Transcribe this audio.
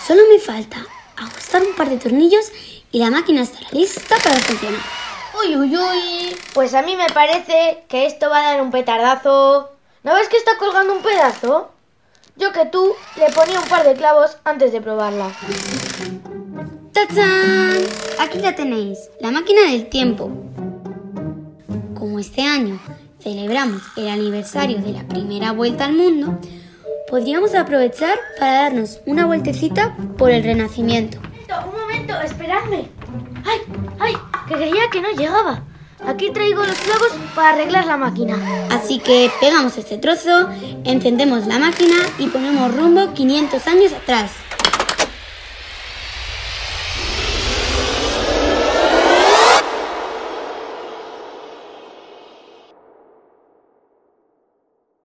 Solo me falta ajustar un par de tornillos y la máquina estará lista para funcionar. Uy, uy, uy. Pues a mí me parece que esto va a dar un petardazo. ¿No ves que está colgando un pedazo? Yo que tú le ponía un par de clavos antes de probarla. ¡Tachán! Aquí la tenéis, la máquina del tiempo. Como este año celebramos el aniversario de la primera vuelta al mundo, podríamos aprovechar para darnos una vueltecita por el Renacimiento. Un momento, esperadme. ¡Ay, ay! Que creía que no llegaba. Aquí traigo los clavos para arreglar la máquina. Así que pegamos este trozo, encendemos la máquina y ponemos rumbo 500 años atrás.